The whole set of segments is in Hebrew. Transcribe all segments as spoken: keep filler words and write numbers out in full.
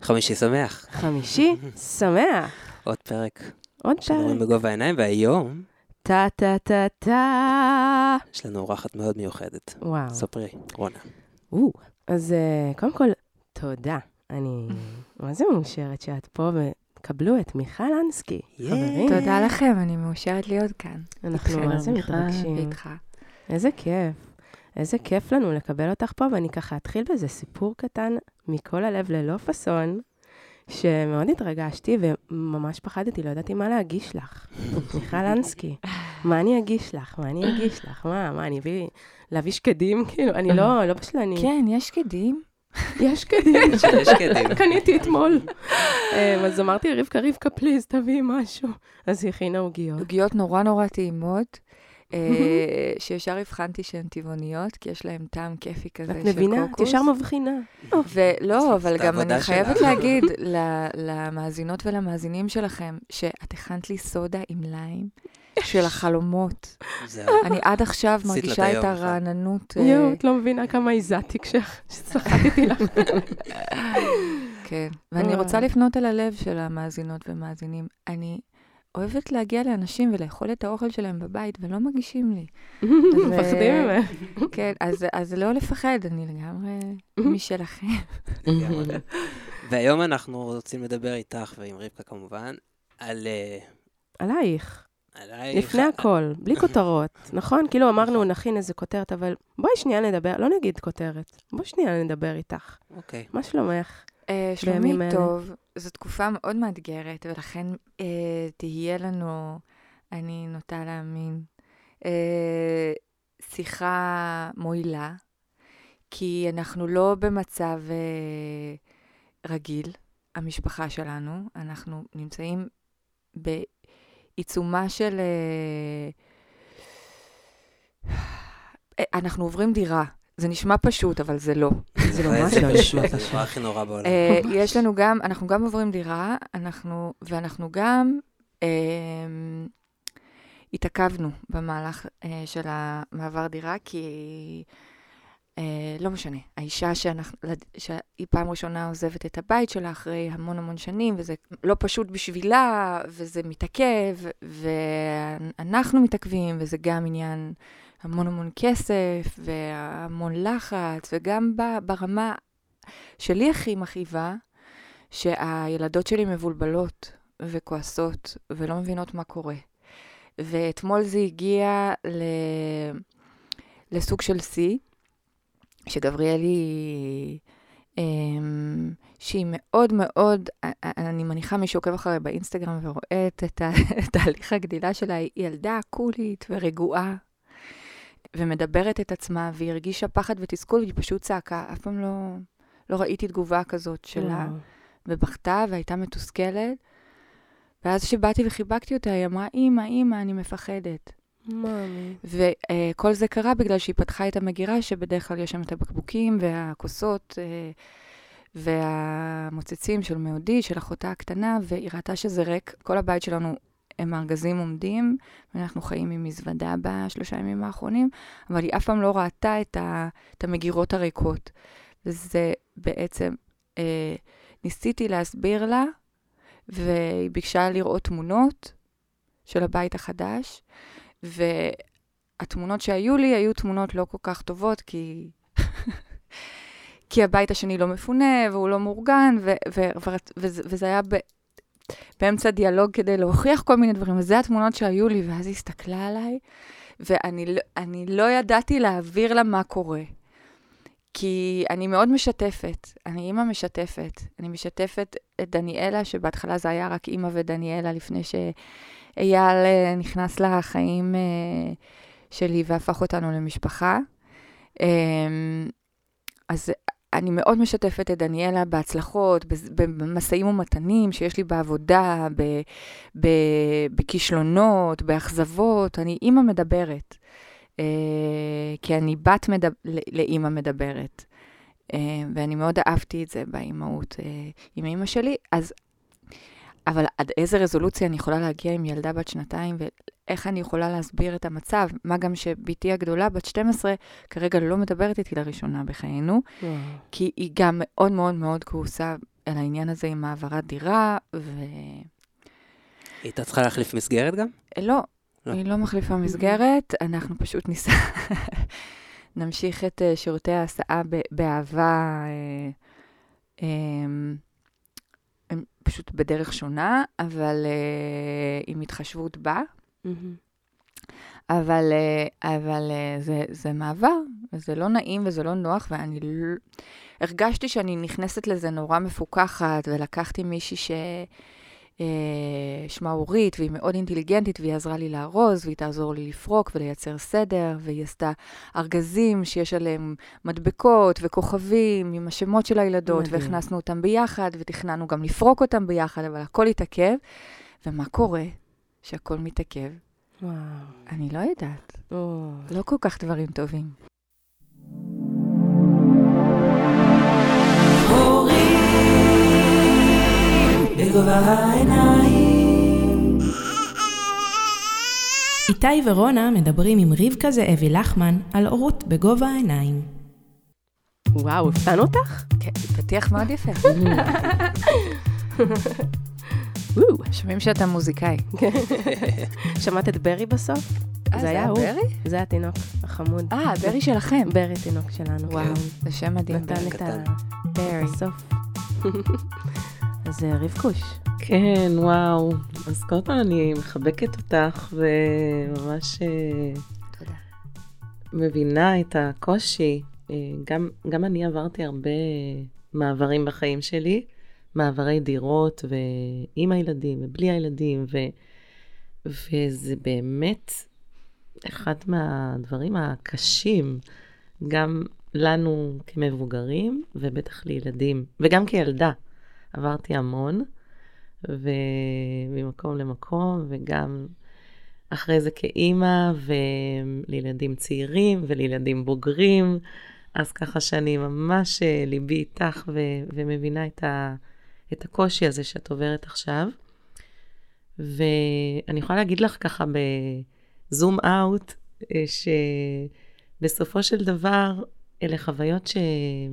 חמישי שמח. חמישי שמח. עוד פרק. עוד פרק. שמורים בגובה העיניים, והיום... טה טה טה טה. יש לנו אורחת מאוד מיוחדת. וואו. ספרי, רונה. או, אז uh, קודם כל, תודה. אני מה זה מאושרת שאת פה וקבלו את מיכל אנסקי. חברים. תודה לכם, אני מאושרת להיות כאן. אנחנו מה זה מתרגשים. איתך. איזה כיף. איזה כיף לנו לקבל אותך פה, ואני ככה אתחיל בזה סיפור קטן מכל הלב ללא פסון, שמאוד התרגשתי וממש פחדתי, לא ידעתי מה להגיש לך. מיכל אנסקי, מה אני אגיש לך? מה אני אגיש לך? מה, מה, אני אביא להביא שקדים? כאילו, אני לא, לא בשלני. כן, יש שקדים. יש שקדים. יש קדים. קניתי אתמול. אז אמרתי, רבקה, רבקה, פליז, תביאי משהו. אז היא הכינה עוגיות. עוגיות נורא נורא טעימות, שישר הבחנתי שהן טבעוניות, כי יש להן טעם כיפי כזה של קוקוס. את מבינה? את ישר מבחינה. ולא, אבל גם אני חייבת להגיד למאזינות ולמאזינים שלכם, שאת הכנת לי סודה עם ליים של החלומות. אני עד עכשיו מרגישה את הרעננות. יואו, את לא מבינה כמה איזתי כששחטתי לך. כן, ואני רוצה לפנות אל הלב של המאזינות ומאזינים. אני... אוהבת להגיע לאנשים ולאכול את האוכל שלהם בבית, ולא מגישים לי. מפחדים ממך. כן, אז לא לפחד, אני לגמרי משלכם. והיום אנחנו רוצים לדבר איתך, ועם רבקה כמובן, על... עלייך. עלייך. לפני הכל, בלי כותרות, נכון? כאילו אמרנו, נכין איזה כותרת, אבל בואי שנייה נדבר, לא נגיד כותרת, בואי שנייה נדבר איתך. אוקיי. מה שלומך? שלומי טוב, זו תקופה מאוד מאתגרת, ולכן תהיה לנו, אני נוטה להאמין, שיחה מועילה, כי אנחנו לא במצב רגיל, המשפחה שלנו, אנחנו נמצאים בעיצומה של... אנחנו עוברים דירה. זה נשמע פשוט, אבל זה לא. זה ממש לא נשמע פשוט. זה הכי נורא בעולם. יש לנו גם, אנחנו גם עוברים דירה, אנחנו, ואנחנו גם התעכבנו במהלך של המעבר דירה, כי לא משנה, האישה שהיא פעם ראשונה עוזבת את הבית שלה אחרי המון המון שנים, וזה לא פשוט בשבילה, וזה מתעכב, ואנחנו מתעכבים, וזה גם עניין... המון המון כסף, והמון לחץ, וגם ברמה שלי הכי מכאיבה, שהילדות שלי מבולבלות וכועסות, ולא מבינות מה קורה. ואתמול זה הגיע ל... לסוג של סי, שגבריאלי, שהיא מאוד מאוד, אני מניחה מי שעוקב אחרי באינסטגרם ורואה את תהליך הגדילה שלה, היא ילדה קולית ורגועה, ומדברת את עצמה, והיא הרגישה פחד ותסכול, והיא פשוט צעקה. אף פעם לא, לא ראיתי תגובה כזאת שלה, ובכתה, והייתה מתוסכלת. ואז שבאתי וחיבקתי אותה, היא אמרה, אמא, אמא, אני מפחדת. מאמי. וכל זה קרה בגלל שהיא פתחה את המגירה, שבדרך כלל יש שם את הבקבוקים, והכוסות, והמוצצים של מאודי, של אחותה הקטנה, והיא ראתה שזה ריק. כל הבית שלנו הם ארגזים עומדים, ואנחנו חיים עם מזוודה בשלושה ימים האחרונים, אבל היא אף פעם לא ראתה את, ה, את המגירות הריקות. וזה בעצם, אה, ניסיתי להסביר לה, והיא ביקשה לראות תמונות של הבית החדש, והתמונות שהיו לי היו תמונות לא כל כך טובות, כי, כי הבית השני לא מפונה, והוא לא מאורגן, ו, ו, ו, וזה, וזה היה ב... באמצע דיאלוג כדי להוכיח כל מיני דברים, וזה התמונות שהיו לי, ואז היא הסתכלה עליי, ואני אני לא ידעתי להעביר לה מה קורה. כי אני מאוד משתפת, אני אימא משתפת, אני משתפת את דניאלה, שבהתחלה זה היה רק אימא ודניאלה, לפני שאייל נכנס לחיים שלי, והפך אותנו למשפחה. אז אני מאוד משתפת את דניאלה בהצלחות, במסעים ומתנים שיש לי בעבודה, בכישלונות, באכזבות. אני אימא מדברת, כי אני בת לאימא מדברת. ואני מאוד אהבתי את זה באימהות עם אימא שלי. אז, אבל עד איזה רזולוציה אני יכולה להגיע עם ילדה בת שנתיים, ואיך אני יכולה להסביר את המצב? מה גם שביתי הגדולה, בת שתים עשרה, כרגע לא מדברת איתי לראשונה בחיינו, כי היא גם מאוד מאוד מאוד כעוסה על העניין הזה עם העברת דירה, ו... הייתה צריכה להחליף מסגרת גם? לא, לא. היא לא מחליפה מסגרת, אנחנו פשוט ניסה, נמשיך את uh, שירותי ההסעה ב- באהבה, uh, um, פשוט בדרך שונה, אבל uh, עם התחשבות בה. אבל, אבל זה, זה מעבר, וזה לא נעים וזה לא נוח, ואני לא... הרגשתי שאני נכנסת לזה נורא מפוקחת, ולקחתי מישהי ש... שמה אורית, והיא מאוד אינטליגנטית, והיא עזרה לי לארוז, והיא תעזור לי לפרוק ולייצר סדר, והיא עשתה ארגזים שיש עליהם מדבקות וכוכבים עם השמות של הילדות, מדהים. והכנסנו אותם ביחד, ותכננו גם לפרוק אותם ביחד, אבל הכל התעכב. ומה קורה? שהכל מתעכב. וואו. אני לא יודעת. או. לא כל כך דברים טובים. בגובה העיניים. איתי ורונה מדברים עם רבקה זאבי לחמן על הורות בגובה העיניים. וואו, הפתענו אותך? כן, פתיח מאוד יפה. שומעים שאתה מוזיקאי. שמעת את ברי בסוף? זה היה הוא. ברי? זה התינוק החמוד. אה, ברי שלכם. ברי תינוק שלנו. וואו, זה שם מדהים. נתן את הברי בסוף. אז רבקוש. כן, וואו. אז כל פעם אני מחבקת אותך וממש תודה. מבינה את הקושי. גם, גם אני עברתי הרבה מעברים בחיים שלי, מעברי דירות ועם הילדים ובלי הילדים, ו, וזה באמת אחד מהדברים הקשים, גם לנו כמבוגרים ובטח לילדים, וגם כילדה. עברתי המון, וממקום למקום, וגם אחרי זה כאימא, ולילדים צעירים, ולילדים בוגרים, אז ככה שאני ממש ליבי איתך, ו- ומבינה את, ה- את הקושי הזה שאת עוברת עכשיו. ואני יכולה להגיד לך ככה בזום אאוט, שבסופו של דבר, אלה חוויות ש...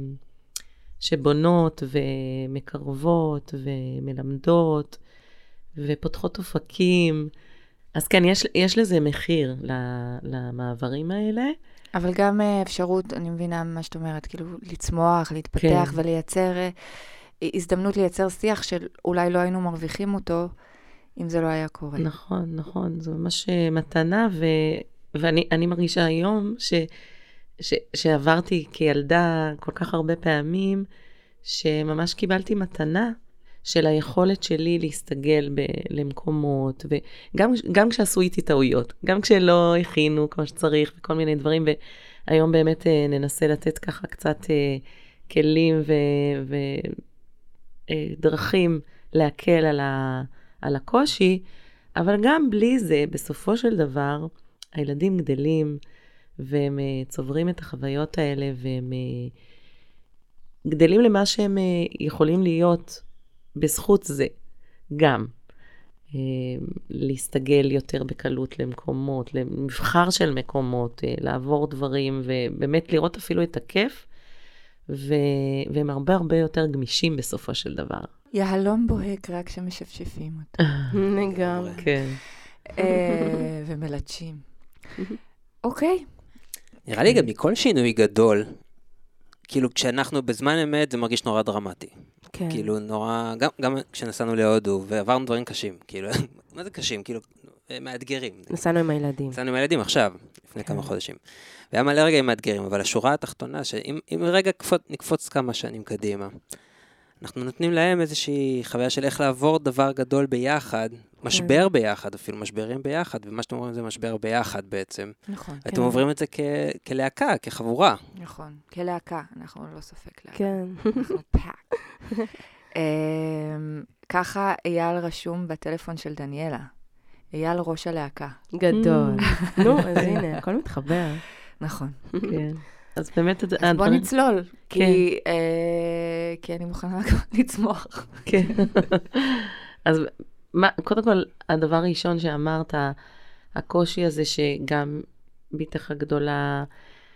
שבונות ומקרבות ומלמדות ופותחות אופקים. אז כן, יש, יש לזה מחיר למעברים האלה. אבל גם אפשרות, אני מבינה מה שאת אומרת, כאילו לצמוח, להתפתח כן. ולייצר, הזדמנות לייצר שיח שאולי לא היינו מרוויחים אותו, אם זה לא היה קורה. נכון, נכון. זו ממש מתנה, ו, ואני אני מרגישה היום ש... ש, שעברתי כילדה כל כך הרבה פעמים, שממש קיבלתי מתנה של היכולת שלי להסתגל ב, למקומות, וגם גם כשעשו איתי טעויות, גם כשלא הכינו כמו שצריך, וכל מיני דברים, והיום באמת ננסה לתת ככה קצת כלים ו, ודרכים להקל על, ה, על הקושי, אבל גם בלי זה, בסופו של דבר, הילדים גדלים, והם צוברים את החוויות האלה, והם גדלים למה שהם יכולים להיות בזכות זה, גם. להסתגל יותר בקלות למקומות, למבחר של מקומות, לעבור דברים, ובאמת לראות אפילו את הכיף, ו... והם הרבה הרבה יותר גמישים בסופו של דבר. יהלום בוהק רק שמשפשפים אותו. לגמרי. כן. ומלטשים. אוקיי. נראה לי גם מכל שינוי גדול, כאילו כשאנחנו בזמן אמת זה מרגיש נורא דרמטי. כן. כאילו נורא, גם, גם כשנסענו להודו ועברנו דברים קשים, כאילו, מה זה קשים? כאילו, מאתגרים. נסענו עם הילדים. נסענו עם הילדים עכשיו, לפני כמה חודשים. והיה מלא רגעים מאתגרים, אבל השורה התחתונה, שאם רגע קפוץ, נקפוץ כמה שנים קדימה, אנחנו נותנים להם איזושהי חוויה של איך לעבור דבר גדול ביחד, משבר ביחד, אפילו משברים ביחד, ומה שאתם אומרים זה משבר ביחד בעצם. נכון. אתם עוברים את זה כלהקה, כחבורה. נכון, כלהקה, אנחנו לא ספק להקה. כן. אנחנו פאק. ככה אייל רשום בטלפון של דניאלה. אייל ראש הלהקה. גדול. נו, אז הנה, הכל מתחבר. נכון. כן. אז באמת... אז בוא נצלול, כי אני מוכנה לצמוח. כן. אז קודם כל, הדבר הראשון שאמרת, הקושי הזה שגם ביתך הגדולה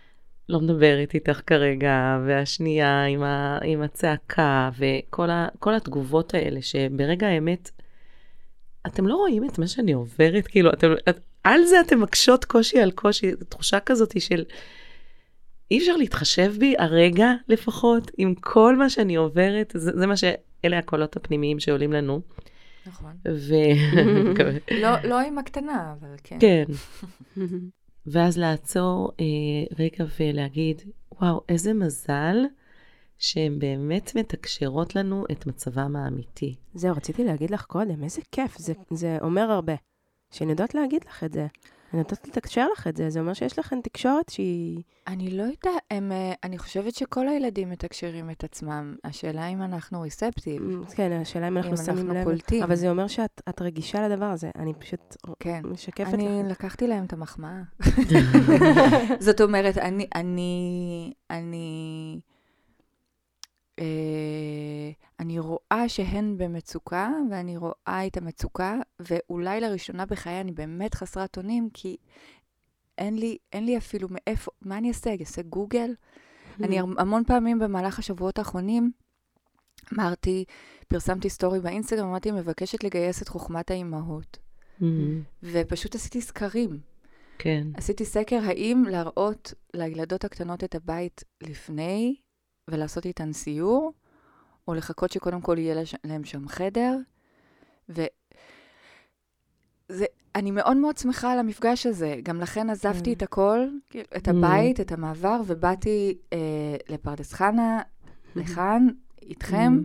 לא מדברת איתך כרגע, והשנייה עם, ה, עם הצעקה, וכל ה, כל התגובות האלה, שברגע האמת, אתם לא רואים את מה שאני עוברת, כאילו, אתם, את, על זה אתם מקשות קושי על קושי, תחושה כזאת של, אי אפשר להתחשב בי הרגע לפחות, עם כל מה שאני עוברת, זה, זה מה ש... אלה הקולות הפנימיים שעולים לנו. נכון. ו... לא, לא עם הקטנה, אבל כן. כן. ואז לעצור אה, רגע ולהגיד, וואו, איזה מזל שהן באמת מתקשרות לנו את מצבם האמיתי. זהו, רציתי להגיד לך קודם, איזה כיף, זה, זה אומר הרבה. שאני יודעת להגיד לך את זה. אני יודעת לתקשר לך את זה, זה אומר שיש לכם תקשורת שהיא... אני לא יודעת, הם, אני חושבת שכל הילדים מתקשרים את עצמם. השאלה אם אנחנו ריספטיב. כן, השאלה אם אנחנו אם שמים אנחנו לב. קולטים. אבל זה אומר שאת את רגישה לדבר הזה. אני פשוט כן. משקפת לך. אני לקחתי להם את המחמאה. זאת אומרת, אני, אני, אני, אה, אני רואה שהן במצוקה, ואני רואה את המצוקה, ואולי לראשונה בחיי אני באמת חסרת אונים, כי אין לי, אין לי אפילו מאיפה, מה אני אעשה? אעשה גוגל? אני המון פעמים במהלך השבועות האחרונים, אמרתי, פרסמתי סטורי באינסטגרם, אמרתי, מבקשת לגייס את חוכמת האימהות. ופשוט עשיתי סקרים. כן. עשיתי סקר, האם להראות לילדות הקטנות את הבית לפני, ולעשות איתן סיור, או לחכות שקודם כל יהיה להם שם חדר. ו... זה, אני מאוד מאוד שמחה על המפגש הזה. גם לכן עזבתי את הכל, את הבית, את המעבר, ובאתי אה, לפרדס חנה, לכאן, איתכם,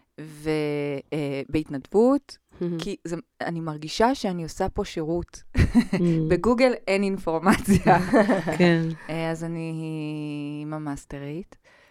ובהתנדבות, כי זה, אני מרגישה שאני עושה פה שירות. בגוגל אין אינפורמציה. כן. אז אני אימא מאסטרית,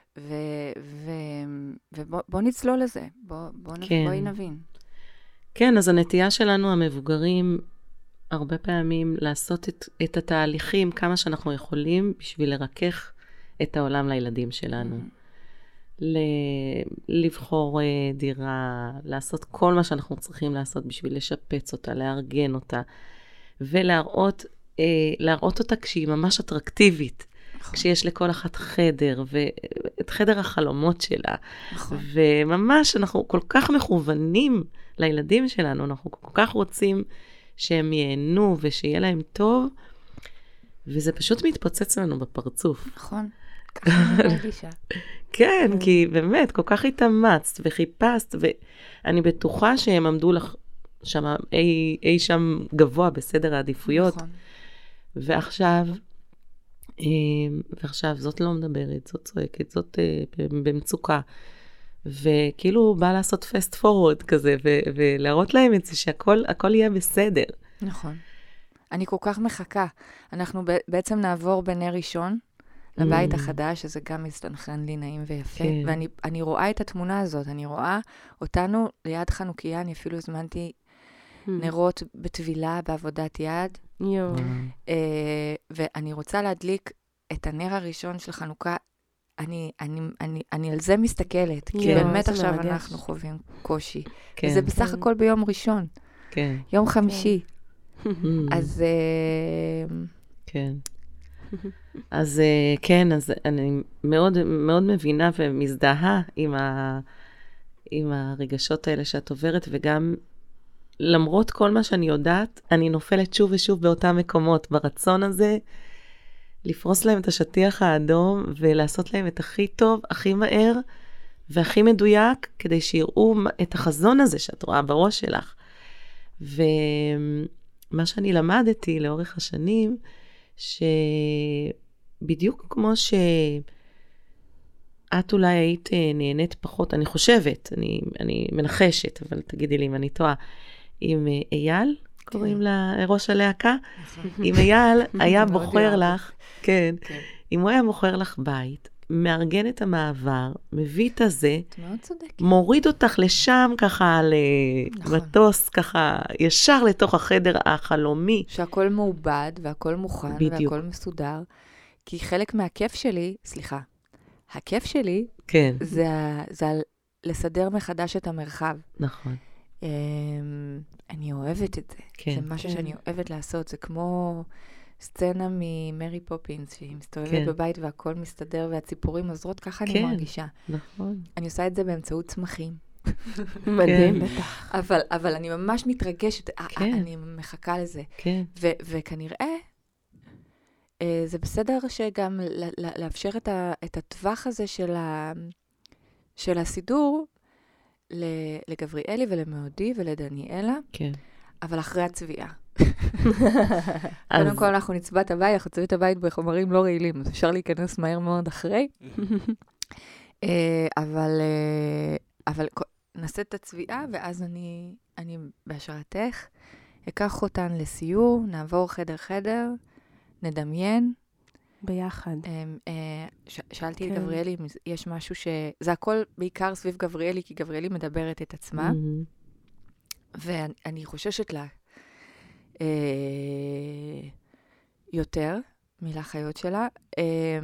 ובוא נצלול לזה, בואי נבין. כן, אז הנטייה שלנו, המבוגרים, הרבה פעמים לעשות את, את התהליכים כמה שאנחנו יכולים בשביל לרכך את העולם לילדים שלנו. ל... לבחור uh, דירה, לעשות כל מה שאנחנו צריכים לעשות בשביל לשפץ אותה, לארגן אותה, ולהראות uh, להראות אותה כשהיא ממש אטרקטיבית, נכון. כשיש לכל אחת חדר, ואת חדר החלומות שלה. נכון. וממש אנחנו כל כך מכוונים לילדים שלנו, אנחנו כל כך רוצים שהם ייהנו ושיהיה להם טוב, וזה פשוט מתפוצץ לנו בפרצוף. נכון. ככה אני מרגישה. כן, כי באמת, כל כך התאמצת וחיפשת, ואני בטוחה שהם עמדו לך שם, אי, אי שם גבוה בסדר העדיפויות. נכון. ועכשיו, ועכשיו זאת לא מדברת, זאת צועקת, זאת במצוקה. וכאילו בא לעשות פסט פורוורד כזה, ולהראות להם את זה שהכל הכל יהיה בסדר. נכון. אני כל כך מחכה. אנחנו בעצם נעבור בני ראשון, לבית החדש, שזה גם מסתנכרן לי נעים ויפה. כן. ואני אני רואה את התמונה הזאת, אני רואה אותנו ליד חנוכיה, אני אפילו הזמנתי נרות בטבילה, בעבודת יד. יו. אה, ואני רוצה להדליק את הנר הראשון של חנוכה, אני, אני, אני, אני על זה מסתכלת, כי באמת עכשיו מרגש. אנחנו חווים קושי. כן. וזה בסך הכל ביום ראשון. כן. יום חמישי. כן. אז... אה, כן. אז כן, אז אני מאוד מאוד מבינה ומזדהה עם ה עם הרגשות האלה שאת עוברת, וגם למרות כל מה שאני יודעת, אני נופלת שוב ושוב באותם מקומות, ברצון הזה לפרוס להם את השטיח האדום ולעשות להם את הכי טוב, הכי מהר והכי מדויק, כדי שיראו את החזון הזה שאת רואה בראש שלך. ומה שאני למדתי לאורך השנים, שבדיוק כמו שאת אולי היית נהנית פחות, אני חושבת, אני, אני מנחשת, אבל תגידי לי אם אני טועה, עם אייל, קוראים לה ראש הלהקה, אם אייל היה בוחר לך, כן, אם הוא היה בוחר לך בית, מארגן את המעבר, מביא את הזה, מוריד אותך לשם ככה למטוס, ככה ישר לתוך החדר החלומי. שהכל מעובד והכל מוכן והכל מסודר. כי חלק מהכיף שלי, סליחה, הכיף שלי, כן. זה, זה לסדר מחדש את המרחב. נכון. אני אוהבת את זה. כן. זה משהו שאני אוהבת לעשות. זה כמו, סצנה ממרי פופינס, שהיא מסתובבת כן. בבית והכל מסתדר והציפורים עוזרות, ככה אני כן. מרגישה. נכון. אני עושה את זה באמצעות צמחים. מדהים, בטח. אבל, אבל אני ממש מתרגשת, כן. אני מחכה לזה. כן. ו- וכנראה, אה, זה בסדר שגם ל- ל- לאפשר את, ה- את הטווח הזה של, ה- של הסידור ל- לגבריאלי ולמאודי ולדניאלה, כן. אבל אחרי הצביעה. אז- קודם כל אנחנו נצבע את הבית, אנחנו צובעים את הבית בחומרים לא רעילים, אז אפשר להיכנס מהר מאוד אחרי. אה, אבל, אה, אבל כ- נעשה את הצביעה, ואז אני, אני בהשראתך, אקח אותן לסיור, נעבור חדר-חדר, נדמיין. ביחד. אה, אה, ש- שאלתי את כן. גבריאלי אם יש משהו ש... זה הכל בעיקר סביב גבריאלי, כי גבריאלי מדברת את עצמה, מהמם. ואני חוששת לה אה, יותר מלחיות שלה. אה,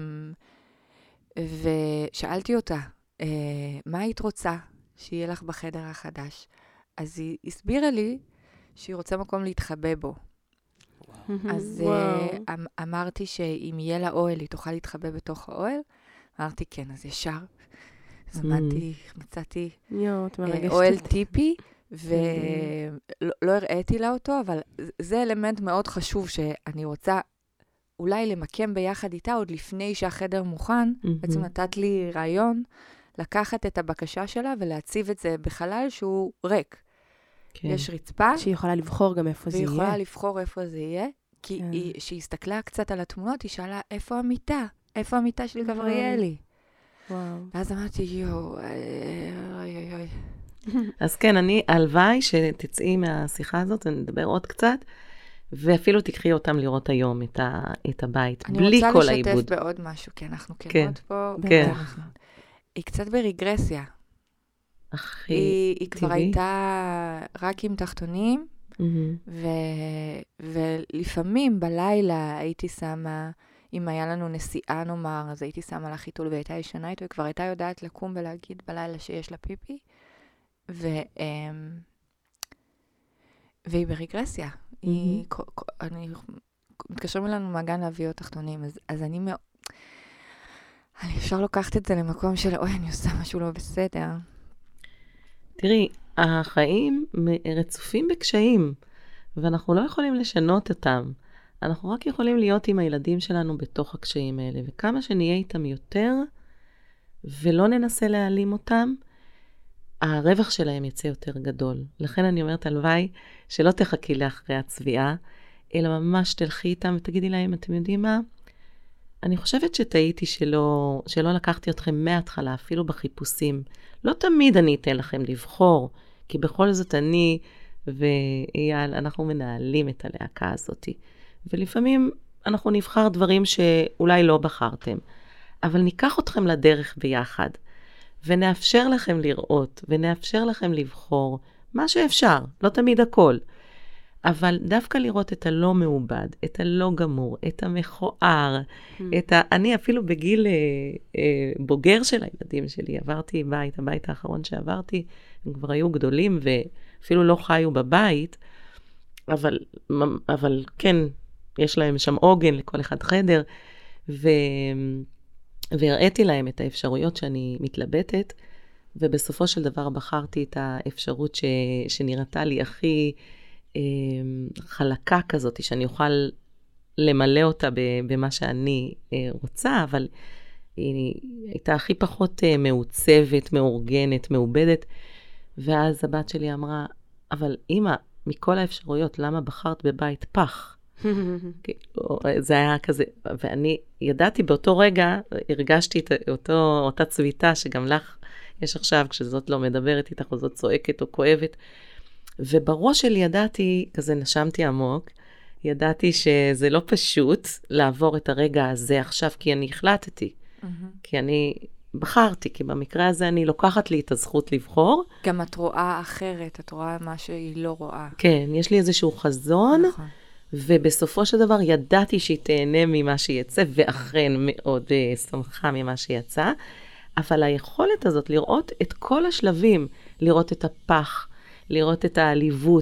ושאלתי אותה, אה, מה היית רוצה שיהיה לך בחדר החדש? אז היא הסבירה לי שהיא רוצה מקום להתחבא בו. אז וואו. אה, אמ- אמרתי שאם יהיה לה אוהל, היא תוכל להתחבא בתוך האוהל. אמרתי, כן, אז ישר. אז Mm. עמדתי, מצאתי יואו, את אה, מרגשת אוהל אותי. טיפי, ולא לא הראיתי לה אותו, אבל זה אלמנט מאוד חשוב שאני רוצה אולי למקם ביחד איתה עוד לפני שהחדר מוכן. מהמם. בעצם נתת לי רעיון לקחת את הבקשה שלה ולהציב את זה בחלל שהוא ריק. כן. יש רצפה, שהיא יכולה לבחור גם איפה זה והיא יכולה יהיה. לבחור איפה זה יהיה, כי כן. היא- כשהיא הסתכלה קצת על התמונות, היא שאלה, איפה המיטה? איפה המיטה של גבריאלי? וואו. ואז אמרתי, יואו, אה, אוי אוי אוי. אז כן, אני, הלוואי שתצאי מהשיחה הזאת ונדבר עוד קצת, ואפילו תקחי אותם לראות היום את, ה, את הבית, בלי אני כל רוצה העיבוד. לשתף בעוד משהו, כי אנחנו כן. כנות פה. כן. אנחנו- היא קצת ברגרסיה. הכי היא היא כבר טבעי. הייתה רק עם תחתונים, מהמם. ו- ולפעמים בלילה הייתי שמה, אם היה לנו נסיעה נאמר, אז הייתי שמה לה חיתול והייתה ישנה איתו, היא כבר הייתה יודעת לקום ולהגיד בלילה שיש לה פיפי, ו, אמ, והיא ברגרסיה. היא, כ- כ- אני, מתקשרים אלינו מהגן להביא עוד תחתונים, אז, אז אני מאוד, אני אפשר לוקחת את זה למקום של, אוי, אני עושה משהו לא בסדר. תראי, החיים מ- רצופים בקשיים, ואנחנו לא יכולים לשנות אותם. אנחנו רק יכולים להיות עם הילדים שלנו בתוך הקשיים האלה, וכמה שנהיה איתם יותר, ולא ננסה להעלים אותם, הרווח שלהם יצא יותר גדול. לכן אני אומרת, הלוואי שלא תחכי לאחרי הצביעה, אלא ממש תלכי איתם ותגידי להם, אתם יודעים מה? אני חושבת שטעיתי שלא, שלא לקחתי אתכם מההתחלה, אפילו בחיפושים. לא תמיד אני אתן לכם לבחור, כי בכל זאת אני ואייל, אנחנו מנהלים את הלהקה הזאת. ולפעמים אנחנו נבחר דברים שאולי לא בחרתם, אבל ניקח אתכם לדרך ביחד, ונאפשר לכם לראות, ונאפשר לכם לבחור מה שאפשר, לא תמיד הכל. אבל דווקא לראות את הלא מעובד, את הלא גמור, את המכוער, את ה... אני אפילו בגיל אה, אה, בוגר של הילדים שלי, עברתי בית, הבית האחרון שעברתי, הם כבר היו גדולים ואפילו לא חיו בבית, אבל, אבל כן, יש להם שם עוגן לכל אחד חדר, ו... והראיתי להם את האפשרויות שאני מתלבטת, ובסופו של דבר בחרתי את האפשרות ש... שנראתה לי הכי חלקה כזאת, שאני אוכל למלא אותה במה שאני רוצה, אבל היא הייתה הכי פחות מעוצבת, מאורגנת, מעובדת, ואז הבת שלי אמרה, אבל אמא, מכל האפשרויות, למה בחרת בבית פח? זה היה כזה, ואני ידעתי באותו רגע, הרגשתי את אותו, אותה צביטה שגם לך יש עכשיו, כשזאת לא מדברת איתך, או זאת צועקת או כואבת, ובראש שלי ידעתי, כזה נשמתי עמוק, ידעתי שזה לא פשוט לעבור את הרגע הזה עכשיו, כי אני החלטתי, mm-hmm. כי אני בחרתי, כי במקרה הזה אני לוקחת לי את הזכות לבחור. גם את רואה אחרת, את רואה מה שהיא לא רואה. כן, יש לי איזשהו חזון, נכון. ובסופו של דבר ידעתי שהיא תהנה ממה שיצא, ואכן מאוד uh, שמחה ממה שיצא, אבל היכולת הזאת לראות את כל השלבים, לראות את הפח, לראות את העליבות,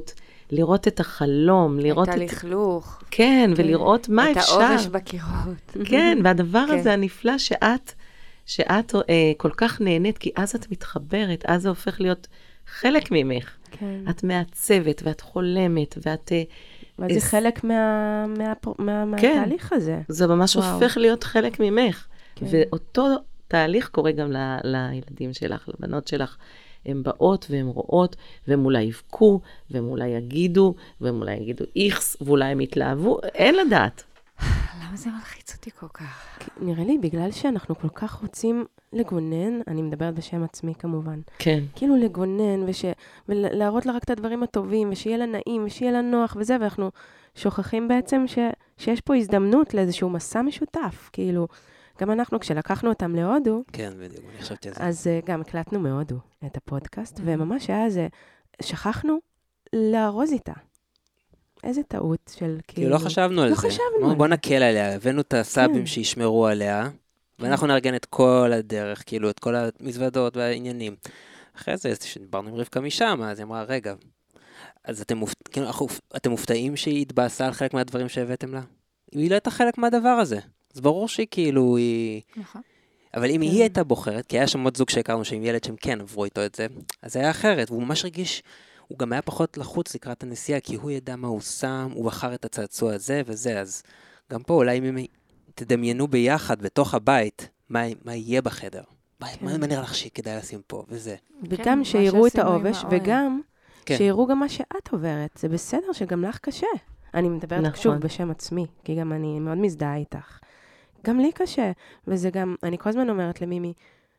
לראות את החלום, לראות את את... הלכלוך. כן, ולראות מה אפשר. את העובש בקירות. כן, והדבר כן. הזה הנפלא שאת, שאת אה, כל כך נהנית, כי אז את מתחברת, אז זה הופך להיות חלק ממך. כן. את מעצבת, ואת חולמת, ואת... אה, ואז זה חלק מה- מה- מה- כן. מהתהליך הזה. זה ממש וואו. הופך להיות חלק ממך. כן. ואותו תהליך קורה גם ל- לילדים שלך, לבנות שלך. הן באות והן רואות, והן אולי יבכו, והן אולי יגידו, והן אולי יגידו איכס, ואולי הם יתלהבו, אין לדעת. למה זה מלחיץ אותי כל כך? נראה לי, בגלל שאנחנו כל כך רוצים לגונן, אני מדברת בשם עצמי כמובן, כן. כאילו לגונן, וש... ולהראות לה רק את הדברים הטובים, ושיהיה לה נעים, ושיהיה לה נוח וזה, ואנחנו שוכחים בעצם ש... שיש פה הזדמנות לאיזשהו מסע משותף, כאילו, גם אנחנו, כשלקחנו אותם להודו, כן, בדיוק, אני חשבתי על זה. אז uh, גם הקלטנו מהודו את הפודקאסט, וממש היה זה, שכחנו לארוז איתה. איזה טעות של כאילו... כאילו לא חשבנו על לא זה. חשבנו אמרנו, על בוא זה. נקל עליה, הבאנו את הסבים כן. שישמרו עליה, ואנחנו נארגן את כל הדרך, כאילו, את כל המזוודות והעניינים. אחרי זה, כשדיברנו עם רבקה משם, אז היא אמרה, רגע, אז אתם, מופ... כאילו, אנחנו... אתם מופתעים שהיא התבאסה על חלק מהדברים שהבאתם לה? היא לא הייתה חלק מהדבר הזה. אז ברור שהיא כאילו, היא... נכון. אבל אם היא הייתה בוחרת, כי היה שם עוד זוג שהכרנו שעם ילד שהם כן עברו איתו את זה, אז זה היה אחרת, והוא ממש רגיש, הוא גם היה פחות לחוץ לקראת הנסיעה, כי הוא ידע מה הוא שם, הוא בחר את הצעצוע הזה וזה, אז גם פה אולי אם הם תדמיינו ביחד בתוך הבית, מה, מה יהיה בחדר, מה, מה נראה לך שכדאי לשים פה וזה. וגם מה שיראו את שעשינו עם העובש, האוהל. וגם כן. שיראו גם מה שאת עוברת. זה בסדר שגם לך קשה. אני מדברת נכון. שוב בשם עצמי, כי גם אני מאוד מזדהה איתך. גם לי קשה, וזה גם, אני כל הזמן אומרת למימי,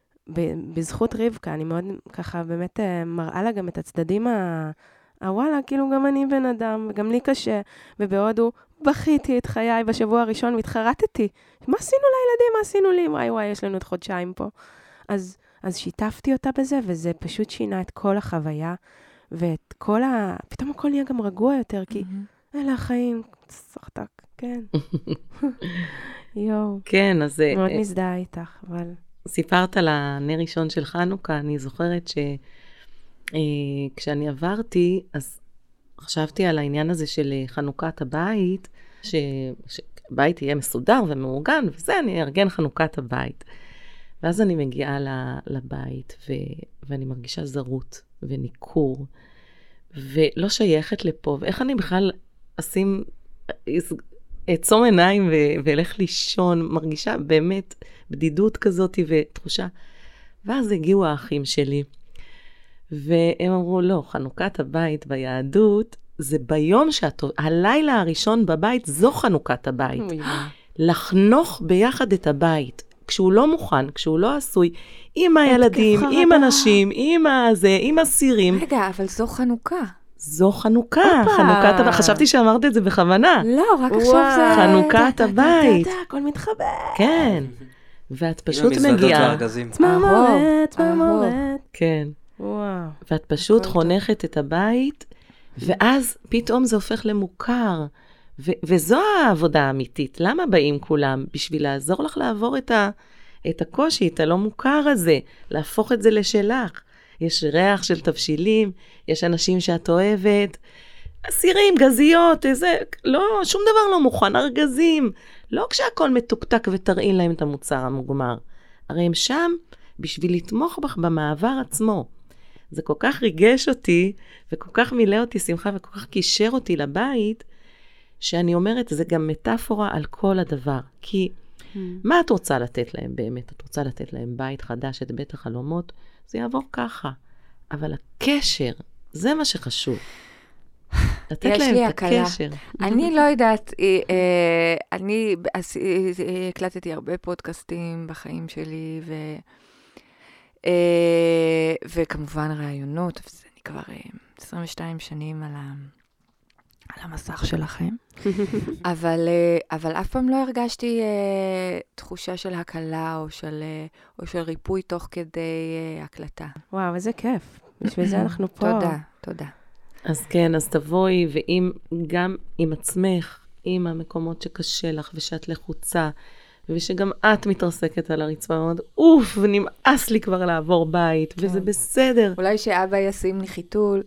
ב- בזכות רבקה, אני מאוד ככה באמת אה, מראה לה גם את הצדדים ה... הוואלה, כאילו גם אני בן אדם, וגם לי קשה, ובהודו בכיתי את חיי בשבוע הראשון, והתחרטתי. מה עשינו לילדים? מה עשינו לי? וואי וואי, יש לנו עוד חודשיים פה. אז, אז שיתפתי אותה בזה, וזה פשוט שינה את כל החוויה, ואת כל ה... פתאום הכל נהיה גם רגוע יותר, כי אלה החיים, סחטק, כן. יואו. כן, אז אה, מאוד מזדהה איתך, אבל... סיפרת על הנר ראשון של חנוכה, אני זוכרת שכשאני עברתי, אז חשבתי על העניין הזה של חנוכת הבית, ש- שבית יהיה מסודר ומאורגן, וזה, אני ארגן חנוכת הבית. ואז אני מגיעה ל- לבית, ו- ואני מרגישה זרות וניכור, ולא שייכת לפה, ואיך אני בכלל אשים... עצום עיניים ו- ואלך לישון, מרגישה באמת בדידות כזאת ותחושה. ואז הגיעו האחים שלי, והם אמרו, לא, חנוכת הבית ביהדות, זה ביום שאת... הלילה הראשון בבית, זו חנוכת הבית. לחנוך ביחד את הבית. כשהוא לא מוכן, כשהוא לא עשוי, עם הילדים, עם אנשים, עם הזה, עם הסירים. רגע, אבל זו חנוכה. זו חנוכה, חנוכת הבית. חשבתי שאמרת את זה בכוונה. לא, רק עכשיו זה... חנוכת הבית. הכל מתחבר. כן. ואת פשוט עם המזוודות מגיעה. והארגזים. צמרמורת, אהוב. צמרמורת. כן. וואו. ואת פשוט הכל חונכת את הבית, ואז פתאום זה הופך למוכר. ו- וזו העבודה האמיתית. למה באים כולם? בשביל לעזור לך לעבור את, ה- את הקושי, את הלא מוכר הזה, להפוך את זה לשלך. יש ריח של תבשילים, יש אנשים שאת אוהבת, אסירים, גזיות, איזה, לא, שום דבר לא מוכן, ארגזים. לא כשהכל מתוקתק ותראי להם את המוצר המוגמר. הרי הם שם בשביל לתמוך בך במעבר עצמו. זה כל כך ריגש אותי, וכל כך מילא אותי שמחה, וכל כך קישר אותי לבית, שאני אומרת, זה גם מטאפורה על כל הדבר. כי מה את רוצה לתת להם באמת? את רוצה לתת להם בית חדש, את בית החלומות? זה יעבור ככה. אבל הקשר, זה מה שחשוב. לתת להם את הקשר. אני לא יודעת, אה, אני אז, אה, הקלטתי הרבה פודקאסטים בחיים שלי, ו, אה, וכמובן רעיונות, וזה אני כבר אה, עשרים ושתיים שנים על, ה, על המסך שלכם. אבל, אה, אבל אף פעם לא הרגשתי אה, תחושה של הקלה או של, אה, או של ריפוי תוך כדי אה, הקלטה. וואו, איזה כיף. בשביל זה אנחנו פה. תודה, תודה. אז כן, אז תבואי, ואם גם עם עצמך, עם המקומות שקשה לך ושאת לחוצה, ושגם את מתרסקת על הרצפה, ואומרת, אוף, ונמאס לי כבר לעבור בית, וזה בסדר. אולי שאבא ישים לי חיתול.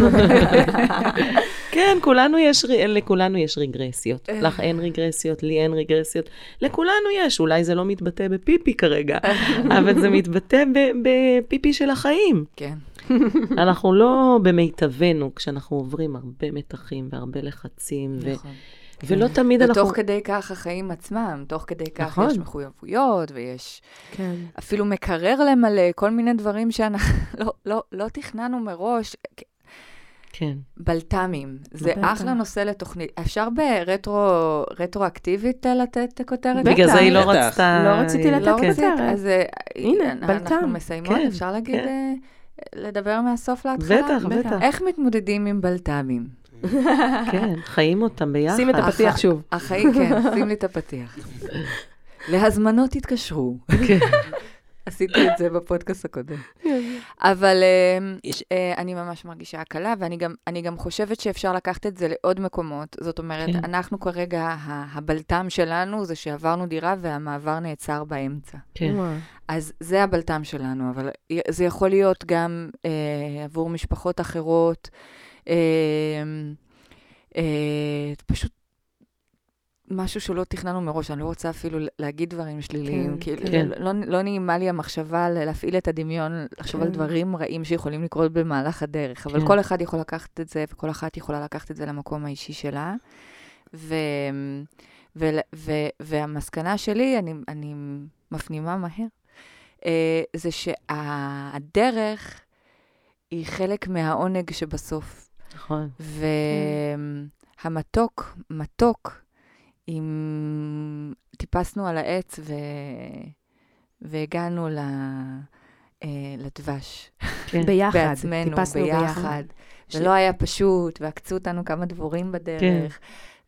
כן, כולנו יש, לכולנו יש רגרסיות. לך אין רגרסיות, לי אין רגרסיות. לכולנו יש, אולי זה לא מתבטא בפיפי כרגע, אבל זה מתבטא בפיפי של החיים. כן. אנחנו לא במיטבנו, כשאנחנו עוברים הרבה מתחים והרבה לחצים, נכון. ולא תמיד אנחנו... ותוך כדי כך החיים עצמם, תוך כדי כך נכון. יש מחויבויות, ויש כן. אפילו מקרר למלא, כל מיני דברים שאנחנו לא, לא, לא תכננו מראש. כן. בלת"מים. זה בטח. אחלה נושא לתוכנית. אפשר ברטרו, רטרואקטיבית לתת כותרת? בגלל זה היא לא בטח. רצתה... לא רציתי לתת לא כותרת. רצית, אז אה, הנה, אנחנו בלת"ם. מסיימות, כן, אפשר להגיד, כן. אה, לדבר מהסוף להתחלה? בטח, בטח. בטח. איך מתמודדים עם בלת"מים? כן, חיים אותם ביחד. שים את הפתיח הח- שוב. החיים, כן, שים לי את הפתיח. להזמנות התקשרו. עשיתי את זה בפודקאסט הקודם. אבל אה, יש- אה, אני ממש מרגישה הקלה, ואני גם, אני גם חושבת שאפשר לקחת את זה לעוד מקומות. זאת אומרת, כן. אנחנו כרגע, ה- הבלת"ם שלנו זה שעברנו דירה והמעבר נעצר באמצע. כן. וואו. אז זה הבלת"ם שלנו, אבל זה יכול להיות גם אה, עבור משפחות אחרות, אה, אה, פשוט משהו שלא תכננו מראש, אני לא רוצה אפילו להגיד דברים שליליים, כן, כאילו, כן. לא, לא נעימה לי המחשבה להפעיל את הדמיון, לחשוב על כן. דברים רעים שיכולים לקרות במהלך הדרך, אבל כן. כל אחד יכול לקחת את זה, וכל אחת יכולה לקחת את זה למקום האישי שלה, ו, ו, ו, והמסקנה שלי, אני, אני מפנימה מהר, אה, זה שהדרך היא חלק מהעונג שבסוף, נכון. והמתוק, מתוק, אם טיפסנו על העץ ו... והגענו ל... אה, לדבש. כן. ביחד. בעצמנו, טיפסנו ביחד. זה לא היה פשוט, ועקצו אותנו כמה דבורים בדרך,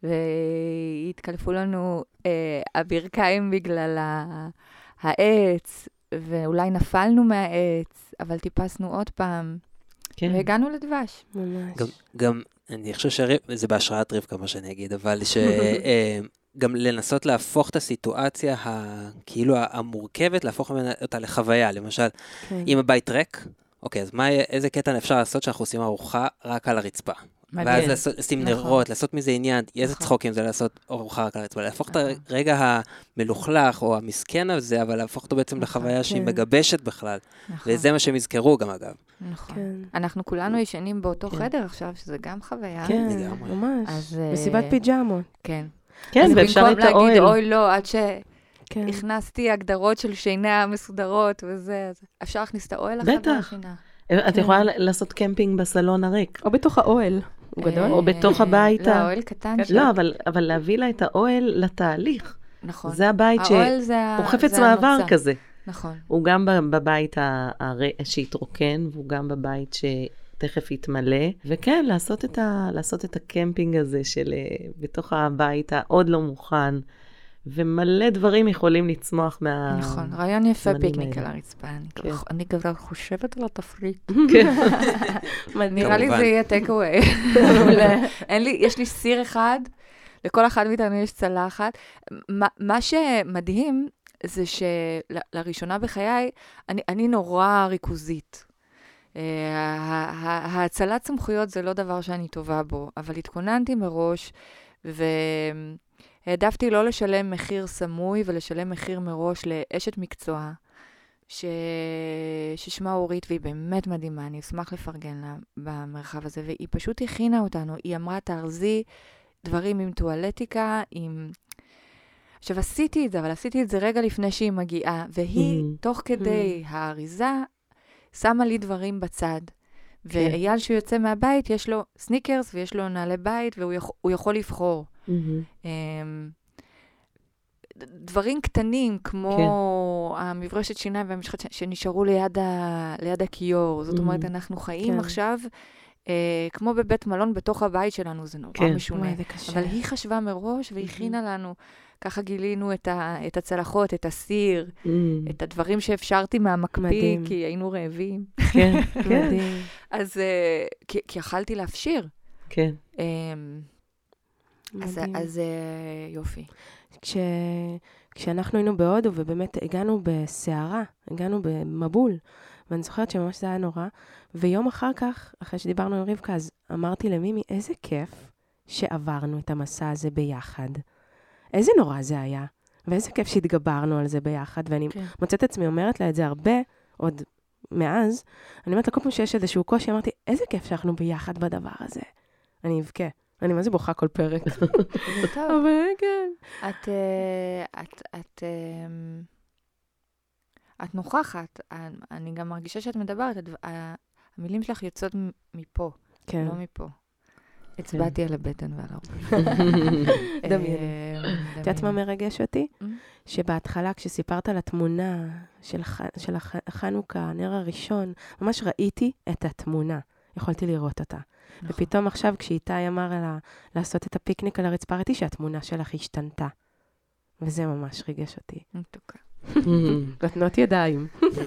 והתקלפו לנו אה, הברכיים בגלל ה- העץ, ואולי נפלנו מהעץ, אבל טיפסנו עוד פעם, כן. והגענו לדבש. ממש. גם, גם, אני חושב שזה בהשראת רבקה, מה שאני אגיד, אבל שגם לנסות להפוך את הסיטואציה, ה- כאילו המורכבת, להפוך אותה לחוויה. למשל, כן. אם הבית ריק, אוקיי, אז מה, איזה קטע אפשר לעשות שאנחנו עושים ארוחה רק על הרצפה? ואז לעשות, לשים נכון. נרות, לעשות מזה עניין, איזה נכון. צחוקים זה לעשות ארוחה רק על הרצפה, להפוך את נכון. הרגע המלוכלך או המסכן הזה, אבל להפוך אותו בעצם נכון, לחוויה שהיא כן. מגבשת בכלל. נכון. וזה מה שהם יזכרו גם אגב. נכון. כן. אנחנו כולנו ישנים באותו כן. חדר עכשיו, שזה גם חוויה. כן, לגמרי. ממש. אז, אה, מסיבת פיג'מות. כן. כן, אז ואפשר במקום את האוהל. להגיד, אוי לא, עד כן. שהכנסתי הגדרות של שינה מסודרות וזה, אז אפשר להכניס את האוהל לחדר בטח. השינה. את יכולה לעשות קמפינג בסלון הריק. או בתוך האוהל. הוא גדול? או בתוך הבית לא, ה- האוהל קטן. לא, אבל, אבל להביא לה את האוהל לתהליך. נכון. זה הבית ש... האוהל זה ה- הוא חפץ זה מעבר המוצא. כזה. נכון. הוא גם ב- בבית ה- הר... שהתרוקן, והוא גם בבית שתכף יתמלא. וכן, לעשות את, ה... לעשות את הקמפינג הזה של אה, בתוך הבית העוד לא מוכן, ומלא דברים יכולים לצמוח מה... נכון, רעיון יפה הזמנים פיקניק על האלה. הרצפה. אני כן. כבר- אני כבר חושבת על התפריט. כן. נראה לי כמובן. זה יהיה טייק אווי. אין לי, יש לי סיר אחד, לכל אחד מאיתנו יש צלחת. מה- מה שמדהים זה שלראשונה בחיי, אני, אני נורא ריכוזית. אה, ה- ה- ההצלת סמכויות זה לא דבר שאני טובה בו, אבל התכוננתי מראש, והעדפתי לא לשלם מחיר סמוי ולשלם מחיר מראש לאשת מקצוע, ש... ששמה אורית, והיא באמת מדהימה, אני אשמח לפרגן לה במרחב הזה, והיא פשוט הכינה אותנו, היא אמרה, תארזי דברים עם טואלטיקה, עם... עכשיו, עשיתי את זה, אבל עשיתי את זה רגע לפני שהיא מגיעה, והיא, Mm. תוך כדי האריזה, שמה לי דברים בצד. ואייל, שהוא יוצא מהבית, יש לו סניקרס ויש לו נעלי בית, והוא יכול, הוא יכול לבחור. מהמם. אמ, דברים קטנים, כמו המברשת שיניים והמשחת ש- שנשארו ליד, ה, ליד הכיור. זאת אומרת, Mhm. אנחנו חיים כן. עכשיו, אה, כמו בבית מלון בתוך הבית שלנו, זה נורא כן. משונה. וואי, זה קשה. אבל היא חשבה מראש והכינה לנו, ככה גילינו את, ה, את הצלחות, את הסיר, מהמם. את הדברים שאפשרתי מהמקפיא, מדהים. כי היינו רעבים. כן, כן, מדהים. אז, אה, כי, כי יכלתי להפשיר. כן. אמ, אז, מדהים. אז אה, יופי. כש... כשאנחנו היינו בהודו, ובאמת הגענו בסערה, הגענו במבול, ואני זוכרת שממש זה היה נורא, ויום אחר כך, אחרי שדיברנו עם רבקה, אז אמרתי למימי, איזה כיף שעברנו את המסע הזה ביחד. איזה נורא זה היה, ואיזה כיף שהתגברנו על זה ביחד, ואני כן. מוצאת עצמי אומרת לה את זה הרבה, עוד מאז, אני אומרת לה כל פעם שיש איזשהו קושי, אמרתי, איזה כיף שאנחנו ביחד בדבר הזה. אני אבכה. אני מה זה בוכה כל פרק. טוב. אבל כן. את, אה, את, את, אה, את נוכחת. אני גם מרגישה שאת מדברת, את- ה- המילים שלך יוצאות מ- מפה, כן. לא מפה. הצבעתי על הבטן ועל הראש. דמייני. אה, את יודעת מה מרגש אותי? Mm. שבהתחלה, כשסיפרת על התמונה של, ח... של הח... החנוכה, הנר הראשון, ממש ראיתי את התמונה. יכולתי לראות אותה. נכון. ופתאום עכשיו, כשאיתי אמר לה, לעשות את הפיקניק על הרצפה, ראיתי שהתמונה שלך השתנתה. וזה ממש ריגש אותי. מתוקה. נתנות ידיים.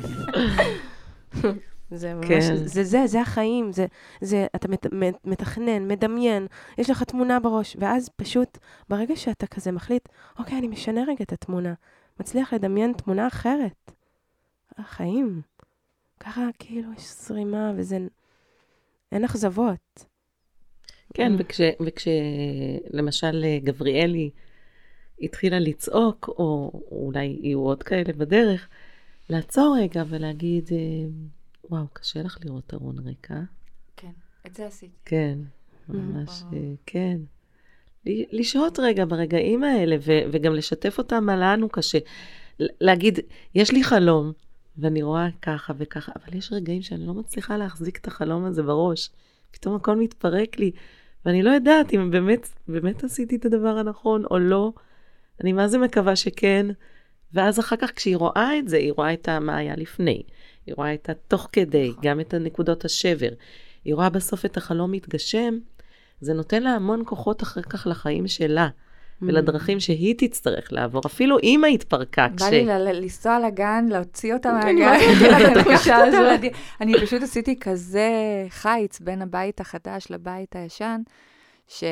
זה ממש, כן. זה זה, זה החיים, זה, זה, אתה מת, מת, מתכנן, מדמיין, יש לך תמונה בראש, ואז פשוט, ברגע שאתה כזה מחליט, אוקיי, אני משנה רגע את התמונה, מצליח לדמיין תמונה אחרת. החיים. ככה, כאילו, יש זרימה, וזה, אין אכזבות. כן, וכש, וכש, למשל, גבריאלי התחילה לצעוק, או אולי יהיו עוד כאלה בדרך, לעצור רגע ולהגיד, אה, וואו, קשה לך לראות את ארון ריקה. כן, את זה עשיתי. כן, ממש, אה, כן. ל- לשהות רגע ברגעים האלה, ו- וגם לשתף אותם על הנוקה, ש- ל- להגיד, יש לי חלום, ואני רואה ככה וככה, אבל יש רגעים שאני לא מצליחה להחזיק את החלום הזה בראש. פתאום הכל מתפרק לי, ואני לא יודעת אם באמת, באמת עשיתי את הדבר הנכון או לא. אני מה זה מקווה שכן, ואז אחר כך כשהיא רואה את זה, היא רואה את מה היה לפני, היא רואה את התוך כדי, נכון. גם את הנקודות השבר, היא רואה בסוף את החלום מתגשם, זה נותן לה המון כוחות אחר כך לחיים שלה, ולדרכים שהיא תצטרך לעבור, אפילו אמא התפרקה כש... בא לי ל- לנסוע לגן, להוציא אותה אני מהגן, מכירה את לקחת התחושה אותה הזאת. לדי- אני פשוט עשיתי כזה חיץ בין הבית החדש לבית הישן, ש...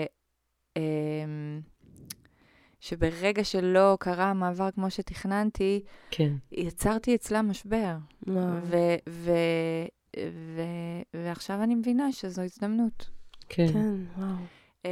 אמ, שברגע שלא קרה המעבר כמו שתכננתי, כן. יצרתי אצלה משבר. וואו. ו- ו- ו- ועכשיו אני מבינה שזו הזדמנות. כן. כן, וואו. אמ,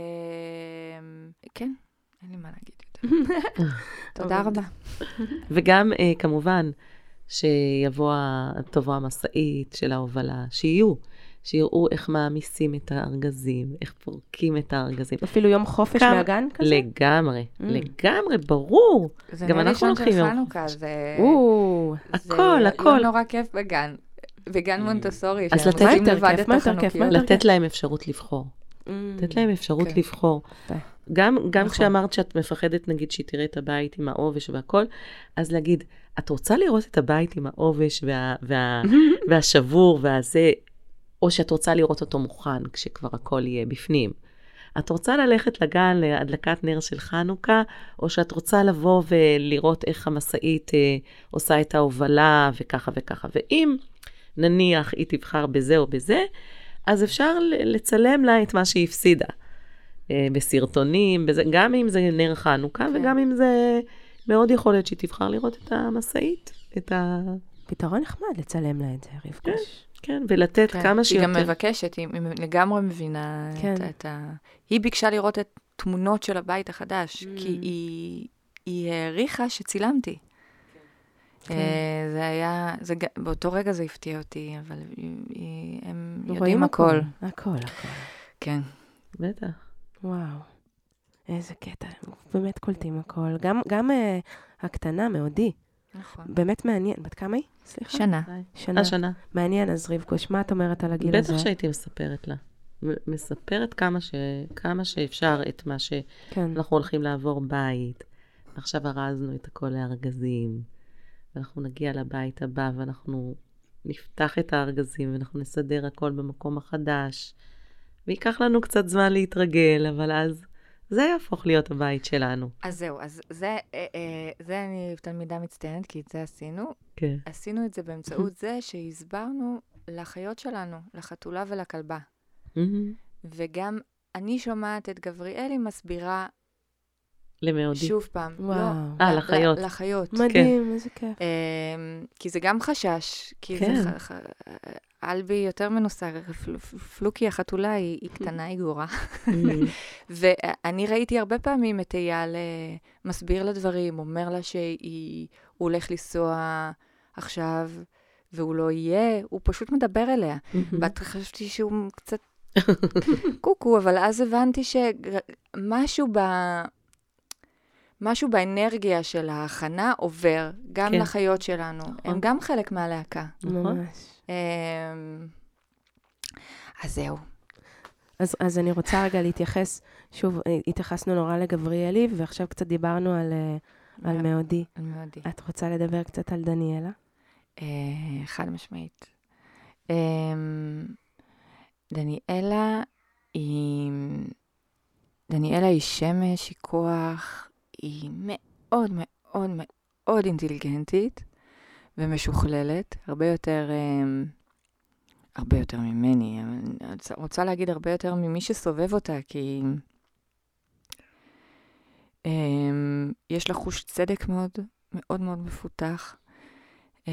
כן, אין לי מה להגיד יותר. תודה אבל- רבה. וגם, אה, כמובן, שיבוא, ה- תבוא המשאית של ההובלה, שיהיו, שיראו איך מעמיסים את הארגזים, איך פורקים את הארגזים. אפילו יום חופש כמה- מהגן כזה? לגמרי, Mm. לגמרי, ברור. זה גם נר אנחנו ראשון הולכים של יום חנוכה, זה... או, זה הכל, הכל. יום נורא כיף בגן. בגן מונטסורי, אז שהם לתת- עושים מה יותר לבד כיף? את מה יותר כיף? מה החנוכיות. יותר לתת להם אפשרות לבחור. לתת להם אפשרות כן. לבחור. יפה. גם, גם נכון. כשאמרת שאת מפחדת, נגיד, שהיא תראה את הבית עם העובש והכל, אז להגיד, את רוצה לראות את הבית עם העובש וה, וה, והשבור והזה, או שאת רוצה לראות אותו מוכן, כשכבר הכל יהיה בפנים. את רוצה ללכת לגן להדלקת נר של חנוכה, או שאת רוצה לבוא ולראות איך המשאית אה, עושה את ההובלה וככה וככה. ואם נניח היא תבחר בזה או בזה, אז אפשר ל- לצלם לה את מה שהיא הפסידה. אה, בסרטונים, בזה, גם אם זה נר חנוכה, כן. וגם אם זה מאוד יכול להיות שהיא תבחר לראות את המשאית, את ה... פתרון נחמד לצלם לה את זה, רבקה. כן, ולתת כן. כמה היא שיותר. גם מבקשת, היא היא לגמרי מבינה כן. את, את ה... היא ביקשה לראות את תמונות של הבית החדש, Mm. כי היא, היא העריכה שצילמתי. כן. אה, זה היה, זה, ג- באותו רגע זה הפתיע אותי, אבל היא, היא, הם רואים יודעים הכל. הכל, הכל. כן. בטח. וואו. איזה קטע. באמת קולטים הכל. גם, גם אה, הקטנה, מאודי. נכון. באמת מעניין. בת כמה היא? סליחה. שנה. שנה. השנה. מעניין, אז רבקוש, מה את אומרת על הגיל הזה? בטח שהייתי מספרת לה. מ- מספרת כמה, ש... כמה שאפשר את מה שאנחנו כן. הולכים לעבור בית. עכשיו ארזנו את הכל לארגזים, ואנחנו נגיע לבית הבא, ואנחנו נפתח את הארגזים, ואנחנו נסדר הכל במקום החדש. ויקח לנו קצת זמן להתרגל, אבל אז זה יהפוך להיות הבית שלנו. אז זהו, אז זה, אה, אה, זה אני תלמידה מצטיינת, כי את זה עשינו. כן. עשינו את זה באמצעות זה שהסברנו לחיות שלנו, לחתולה ולכלבה. מהמם. וגם אני שומעת את גבריאלי מסבירה למאודי. שוב פעם. וואו. לא, אה, ל- לחיות. ל- לחיות. מדהים, איזה כיף. אמ, כי זה גם חשש, כי כן. זה... ח- ח- אלבי יותר מנוסה, פל- פלוקי החתולה היא היא קטנה, היא גורה. Mm. ואני ראיתי הרבה פעמים את אייל אה, מסביר לדברים, אומר לה שהוא הולך לנסוע עכשיו, והוא לא יהיה, הוא פשוט מדבר אליה. ואת חשבתי שהוא קצת קוקו, אבל אז הבנתי שמשהו ב... משהו באנרגיה של ההכנה עובר גם כן. לחיות שלנו. הם גם חלק מהלהקה. נכון. ממש. אמ, אז זהו. אז, אז אני רוצה רגע להתייחס, שוב, התייחסנו נורא לגבריאלי, ועכשיו קצת דיברנו על, אה, על מאודי. על מאודי. את רוצה לדבר קצת על דניאלה? אה, חד משמעית. אמ, דניאלה היא... דניאלה היא שמש, היא כוח, היא מאוד מאוד מאוד אינטליגנטית ומשוכללת, הרבה יותר, אמ, הרבה יותר ממני. אני רוצה להגיד הרבה יותר ממי שסובב אותה, כי אמ, יש לה חוש צדק מאוד מאוד מאוד מפותח. אמ,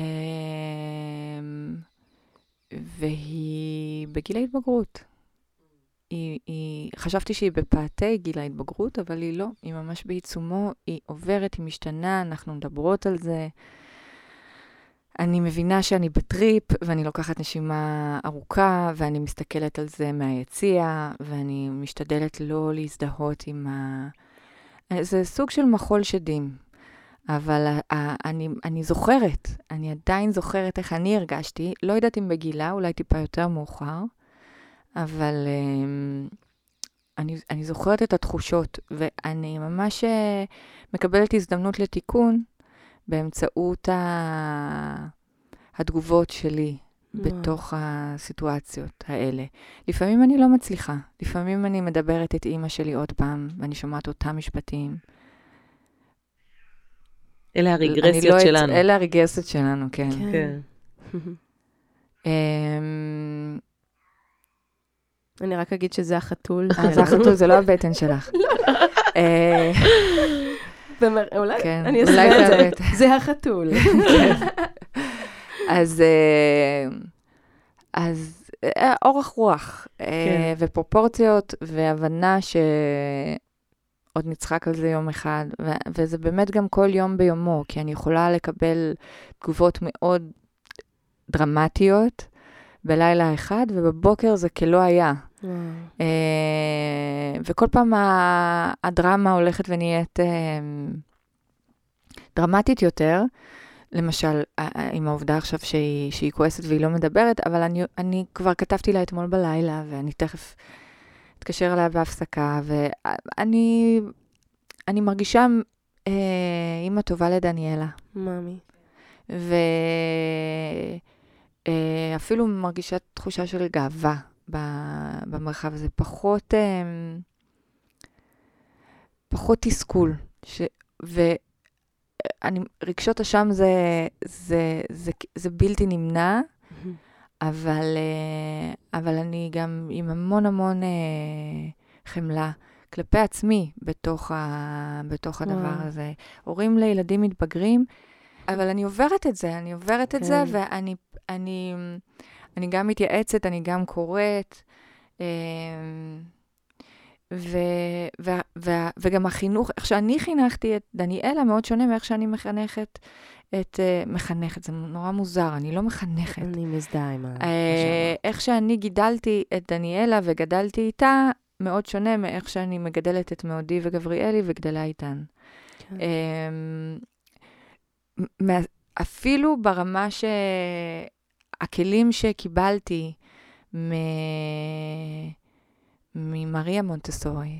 והיא בגיל ההתבגרות. היא, היא, חשבתי שהיא בפאתי גיל ההתבגרות, אבל היא לא. היא ממש בעיצומו, היא עוברת, היא משתנה, אנחנו מדברות על זה. אני מבינה שאני בטריפ, ואני לוקחת נשימה ארוכה, ואני מסתכלת על זה מהיציע, ואני משתדלת לא להזדהות עם ה... זה סוג של מחול שדים. אבל uh, אני, אני זוכרת, אני עדיין זוכרת איך אני הרגשתי, לא יודעת אם בגילה, אולי טיפה יותר מאוחר, אבל uh, אני, אני זוכרת את התחושות, ואני ממש uh, מקבלת הזדמנות לתיקון באמצעות ה... התגובות שלי בתוך הסיטואציות האלה. לפעמים אני לא מצליחה, לפעמים אני מדברת את אימא שלי עוד פעם, ואני שומעת אותם משפטים. אלה הרגרסיות לא שלנו. את, אלה הרגרסיות שלנו, כן. כן. אמ, אני רק אגיד שזה החתול. אה, זה החתול, זה לא הבטן שלך. אה, במר- אולי כן, אני אולי אעשה את זה זה. הבטן. זה החתול. אז אה, אז אה, אורך רוח, אה, כן. ופרופורציות, והבנה שעוד נצחק על זה יום אחד, ו- וזה באמת גם כל יום ביומו, כי אני יכולה לקבל תגובות מאוד דרמטיות בלילה אחד, ובבוקר זה כלא היה. וואו. אה, וכל פעם ה- הדרמה הולכת ונהיית אה, דרמטית יותר, למשל, אה, עם העובדה עכשיו שהיא, שהיא כועסת והיא לא מדברת, אבל אני, אני כבר כתבתי לה אתמול בלילה, ואני תכף אתקשר אליה בהפסקה, ואני אני מרגישה אה, אימא טובה לדניאלה. מאמי. ואפילו מרגישה תחושה של גאווה ב- במרחב הזה, פחות, אה, פחות תסכול. ש- ואני, רגשות אשם זה, זה, זה, זה בלתי נמנע, אבל, אה, אבל אני גם עם המון המון אה, חמלה כלפי עצמי בתוך, ה, בתוך הדבר וואו. הזה. הורים לילדים מתבגרים, אבל אני עוברת את זה, אני עוברת את כן. זה, ואני אני, אני גם מתייעצת, אני גם קוראת, אה, ו, ו, ו, וגם החינוך, איך שאני חינכתי את דניאלה מאוד שונה מאיך שאני מחנכת את, uh, מחנכת, זה נורא מוזר, אני לא מחנכת. אני מזדהה עם ה... Uh, איך שאני גידלתי את דניאלה וגדלתי איתה, מאוד שונה מאיך שאני מגדלת את מאודי וגבריאלי וגדלה איתן. כן. Um, מה, אפילו ברמה שהכלים שקיבלתי מ... ממריה מונטסורי,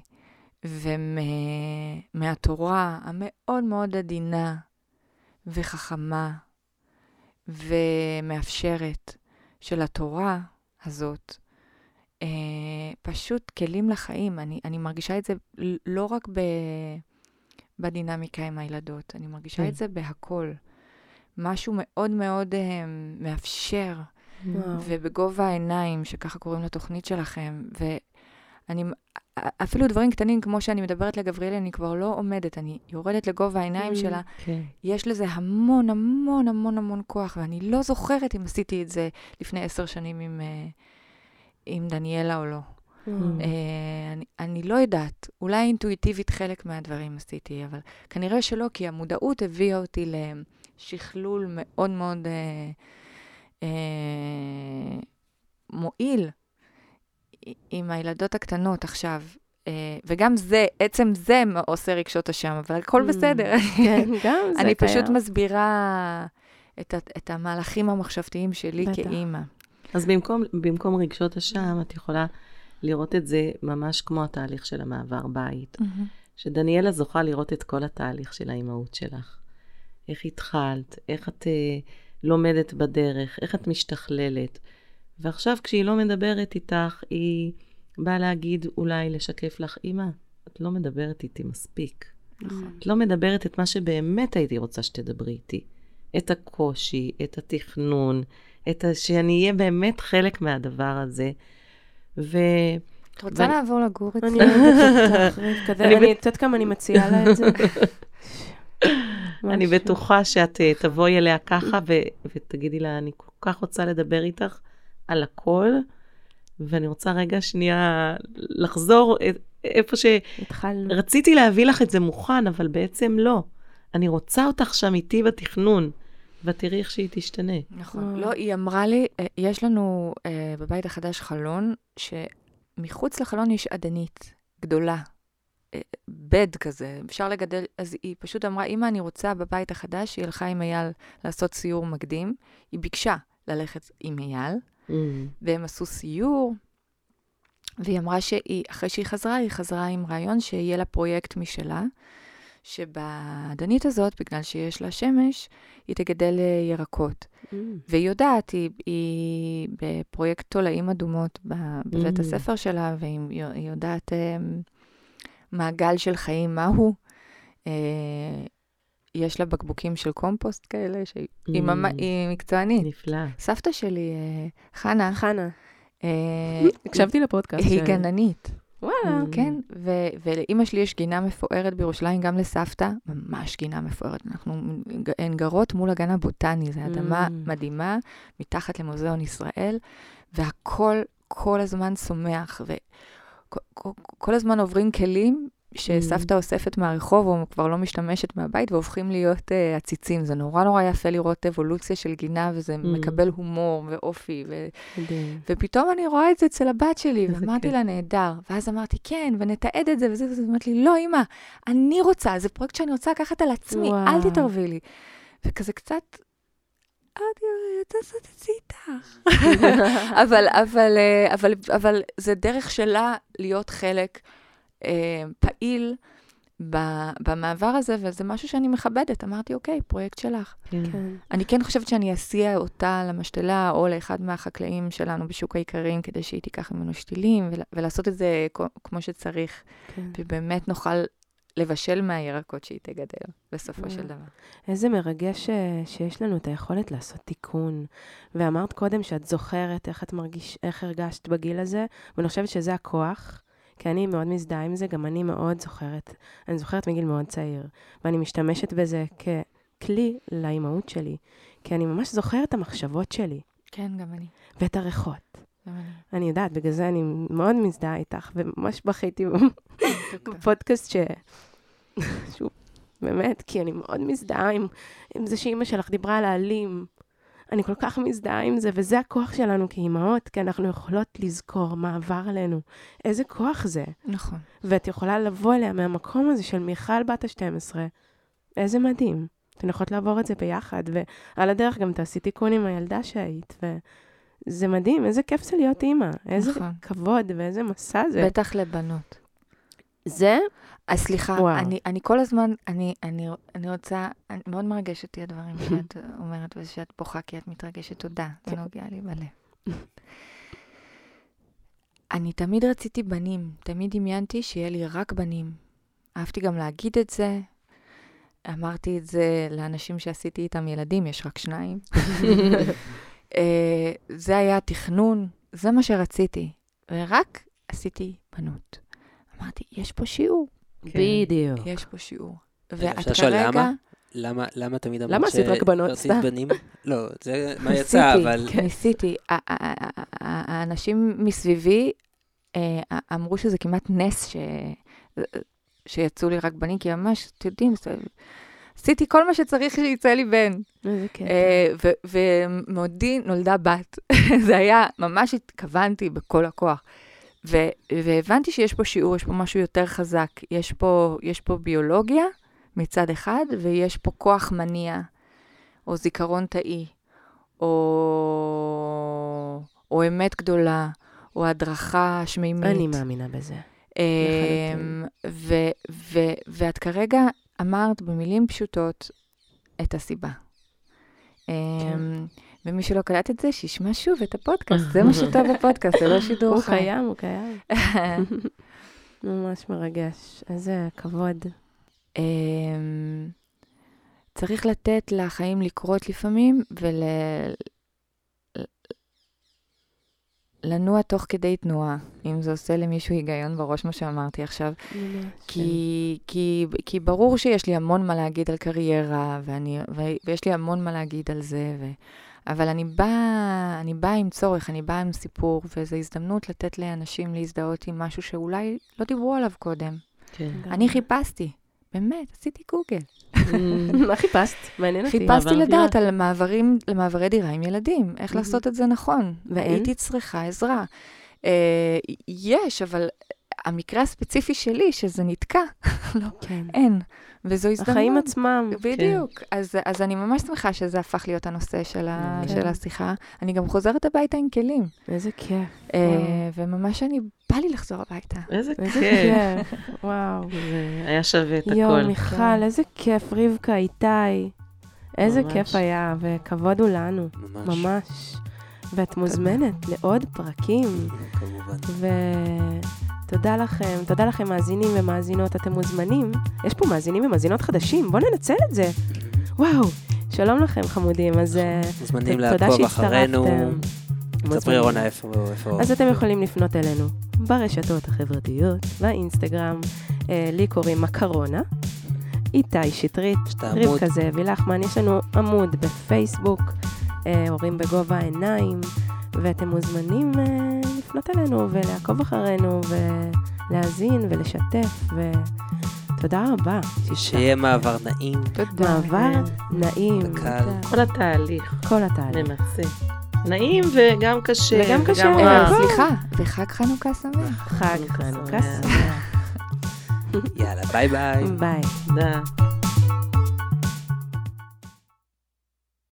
ומהתורה המאוד מאוד עדינה וחכמה ומאפשרת של התורה הזאת, אה, פשוט כלים לחיים. אני, אני מרגישה את זה לא רק ב, בדינמיקה עם הילדות, אני מרגישה את זה בהכל. משהו מאוד מאוד אה, מאפשר, וואו. ובגובה העיניים, שככה קוראים לתוכנית שלכם, אני, אפילו דברים קטנים, כמו שאני מדברת לגבריאלה, אני כבר לא עומדת, אני יורדת לגובה העיניים שלה. כן. יש לזה המון, המון, המון, המון כוח, ואני לא זוכרת אם עשיתי את זה לפני עשר שנים עם, עם דניאלה או לא. Mm. אני, אני לא יודעת, אולי אינטואיטיבית חלק מהדברים עשיתי, אבל כנראה שלא, כי המודעות הביאה אותי לשכלול מאוד מאוד אה, אה, מועיל עם הילדות הקטנות עכשיו. אה, וגם זה, עצם זה עושה רגשות אשם, אבל הכל Mm. בסדר. כן, גם זה אני קיים. פשוט מסבירה את, ה, את המהלכים המחשבתיים שלי בטח. כאימא. אז במקום, במקום רגשות אשם, את יכולה לראות את זה ממש כמו התהליך של המעבר בית. שדניאלה זוכה לראות את כל התהליך של האימהות שלך. איך התחלת, איך את uh, לומדת בדרך, איך את משתכללת. ועכשיו כשהיא לא מדברת איתך, היא באה להגיד, אולי לשקף לך, אמא, את לא מדברת איתי מספיק. נכון. את לא מדברת את מה שבאמת הייתי רוצה שתדברי איתי. את הקושי, את התכנון, את ה... שאני אהיה באמת חלק מהדבר הזה. ו... את רוצה לעבור לגור אצלי? אני אוהבת אותך, רבקה. אני יודעת כמה אני מציעה לה את זה. אני משהו. בטוחה שאת uh, תבואי אליה ככה ו- ותגידי לה, אני כל כך רוצה לדבר איתך על הכל, ואני רוצה רגע שנייה לחזור איפה התחלנו. שרציתי להביא לך את זה מוכן, אבל בעצם לא. אני רוצה אותך שם איתי בתכנון, ותראי איך שהיא תשתנה. נכון. לא, היא אמרה לי, אה, יש לנו אה, בבית החדש חלון, שמחוץ לחלון יש עדנית גדולה, אה, בד כזה, אפשר לגדל, אז היא פשוט אמרה, אמא, אני רוצה בבית החדש, היא הלכה עם אייל לעשות סיור מקדים, היא ביקשה ללכת עם אייל, Mm. והם עשו סיור, והיא אמרה שהיא, אחרי שהיא חזרה, היא חזרה עם רעיון שיהיה לה פרויקט משלה, שבעדנית הזאת, בגלל שיש לה שמש, היא תגדל אה, ירקות. Mm. והיא יודעת, היא, היא בפרויקט תולעים אדומות בבית Mm. הספר שלה, והיא היא יודעת אה, מעגל של חיים מהו. אה, יש לה בקבוקים של קומפוסט כאלה, שהיא Mm. ממש, היא מקצוענית. נפלא. סבתא שלי, אה, חנה, חנה, אה, הקשבתי לפודקאסט. היא שלה. גננית. וואלה. Mm. כן, ו- ולאמא שלי יש גינה מפוארת בירושלים, גם לסבתא, ממש גינה מפוארת. אנחנו, הן גרות מול הגן הבוטני, זו אדמה Mm. מדהימה, מתחת למוזיאון ישראל, והכל כל הזמן צומח, וכל הזמן עוברים כלים שסבתא אוספת מהרחוב, או כבר לא משתמשת מהבית, והופכים להיות uh, עציצים. זה נורא נורא יפה לראות אבולוציה של גינה, וזה Mm. מקבל הומור ואופי, ו... מדהים. ופתאום אני רואה את זה אצל הבת שלי, איזה ואמרתי כיף. לה, נהדר. ואז אמרתי, כן, ונתעד את זה, וזה, וזה, ואמרתי לי, לא, אמא, אני רוצה, זה פרויקט שאני רוצה לקחת על עצמי, וואו. אל תתערבי לי. וכזה קצת, אמרתי, אני רוצה לעשות את זה איתך. אבל, אבל, אה, אבל, אבל זה דרך שלה להיות חלק אה, פעיל ב- במעבר הזה, וזה משהו שאני מכבדת. אמרתי, אוקיי, פרויקט שלך. כן. כן. אני כן חושבת שאני אסיע אותה למשתלה, או לאחד מהחקלאים שלנו בשוק העיקרים, כדי שהיא תיקח ממנו שתילים, ול- ולעשות את זה כ- כמו שצריך, כן. ובאמת נוכל לבשל מהירקות שהיא תגדל, בסופו וואו. של דבר. איזה מרגש ש- שיש לנו את היכולת לעשות תיקון. ואמרת קודם שאת זוכרת איך את מרגיש, איך הרגשת בגיל הזה, ואני חושבת שזה הכוח, כי אני מאוד מזדהה עם זה, גם אני מאוד זוכרת. אני זוכרת מגיל מאוד צעיר, ואני משתמשת בזה ככלי לאימהות שלי, כי אני ממש זוכרת את המחשבות שלי, כן, גם אני. ואת הריחות. גם אני. אני יודעת, בגלל זה אני מאוד מזדהה איתך, וממש בכיתי בפודקאסט ש... שוב, באמת, כי אני מאוד מזדהה עם, עם זה שאימא שלך דיברה על העלים. אני כל כך מזדהה עם זה, וזה הכוח שלנו כאימהות, כי אנחנו יכולות לזכור מה עבר עלינו. איזה כוח זה. נכון. ואת יכולה לבוא אליה מהמקום הזה של מיכל בת ה-שתים עשרה. איזה מדהים. אתן יכולות לעבור את זה ביחד, ועל הדרך גם תעשי תיקון עם הילדה שהיית, וזה מדהים, איזה כיף זה להיות אימא. איזה נכון. כבוד ואיזה מסע זה. בטח לבנות. זה? אז סליחה, וואו. אני, אני כל הזמן, אני, אני, אני רוצה, אני, מאוד מרגשת אותי הדברים שאת אומרת, ושאת בוכה כי את מתרגשת, תודה, זה נוגע לי בלב. אני תמיד רציתי בנים, תמיד דמיינתי שיהיה לי רק בנים. אהבתי גם להגיד את זה, אמרתי את זה לאנשים שעשיתי איתם ילדים, יש רק שניים. אה, זה היה תכנון, זה מה שרציתי. ורק עשיתי בנות. אמרתי, יש פה שיעור. בדיוק. יש פה שיעור. ואת ואת כרגע... כרגע... למה, למה תמיד אמרת למה עשית רק בנות? רצית בנים? לא, זה מה יצא, אבל... ניסיתי. האנשים מסביבי אמרו שזה כמעט נס שיצאו לי רק בנים, כי ממש, אתם יודעים, עשיתי כל מה שצריך שיצא לי בן. איזה קטע. ומאודי נולדה בת. זה היה, ממש התכוונתי בכל הכוח. והבנתי שיש פה שיעור, יש פה משהו יותר חזק. יש פה, יש פה ביולוגיה מצד אחד, ויש פה כוח מניע, או זיכרון תאי, או, או אמת גדולה, או הדרכה שמימית. אני מאמינה בזה. ו- ו- ואת כרגע אמרת במילים פשוטות את הסיבה. ומי שלא קלט את זה, שישמע שוב את הפודקאסט. זה מה שטוב בפודקאסט, זה לא שידור הוא חי. קיים, הוא קיים. ממש מרגש. איזה כבוד. צריך לתת לחיים לקרות לפעמים, ולנוע תוך כדי תנועה, אם זה עושה למישהו היגיון בראש מה שאמרתי עכשיו. כי, כי, כי ברור שיש לי המון מה להגיד על קריירה, ואני, ויש לי המון מה להגיד על זה, ו... אבל אני באה, אני באה עם צורך, אני באה עם סיפור, וזו הזדמנות לתת לאנשים להזדהות עם משהו שאולי לא דיברו עליו קודם. כן. אני חיפשתי, באמת, עשיתי גוגל. מה חיפשת? מעניין אותי. חיפשתי לדעת על מעברים, למעברי דירה עם ילדים, איך לעשות את זה נכון. והייתי צריכה עזרה. יש, אבל המקרה הספציפי שלי, שזה נתקע, לא, אין. וזו הזדמנות. החיים עצמם. בדיוק. אז, אז אני ממש שמחה שזה הפך להיות הנושא של, ה, של השיחה. אני גם חוזרת הביתה עם כלים. איזה כיף. וממש אני, בא לי לחזור הביתה. איזה איזה כיף. כיף. וואו. זה היה שווה את הכל. יו, מיכל, איזה כיף. רבקה, איתי. איזה כיף היה, וכבוד הוא לנו. ממש. ממש. ואת מוזמנת לעוד פרקים. כמובן. ו... תודה לכם, תודה לכם מאזינים ומאזינות, אתם מוזמנים. יש פה מאזינים ומאזינות חדשים, בואו ננצל את זה. וואו, שלום לכם חמודים, אז מוזמנים תודה לעקוב אחרינו. שהצטרפתם. ספרי רונה איפה. אז אתם יכולים לפנות אלינו ברשתות החברתיות, באינסטגרם, לי קוראים מקרונה, איתי שטרית, רבקה זאבי לחמן, יש לנו עמוד בפייסבוק, הורים בגובה העיניים, ואתם מוזמנים לפנות אלינו ולעקוב אחרינו ולהזין ולשתף, ותודה רבה. שיהיה מעבר נעים. תודה. מעבר נעים. וקל. כל התהליך. כל התהליך. ממצה. נעים וגם קשה. וגם קשה. סליחה, וחג חנוכה שמח. חג חנוכה שמח. יאללה, ביי ביי. ביי. תודה.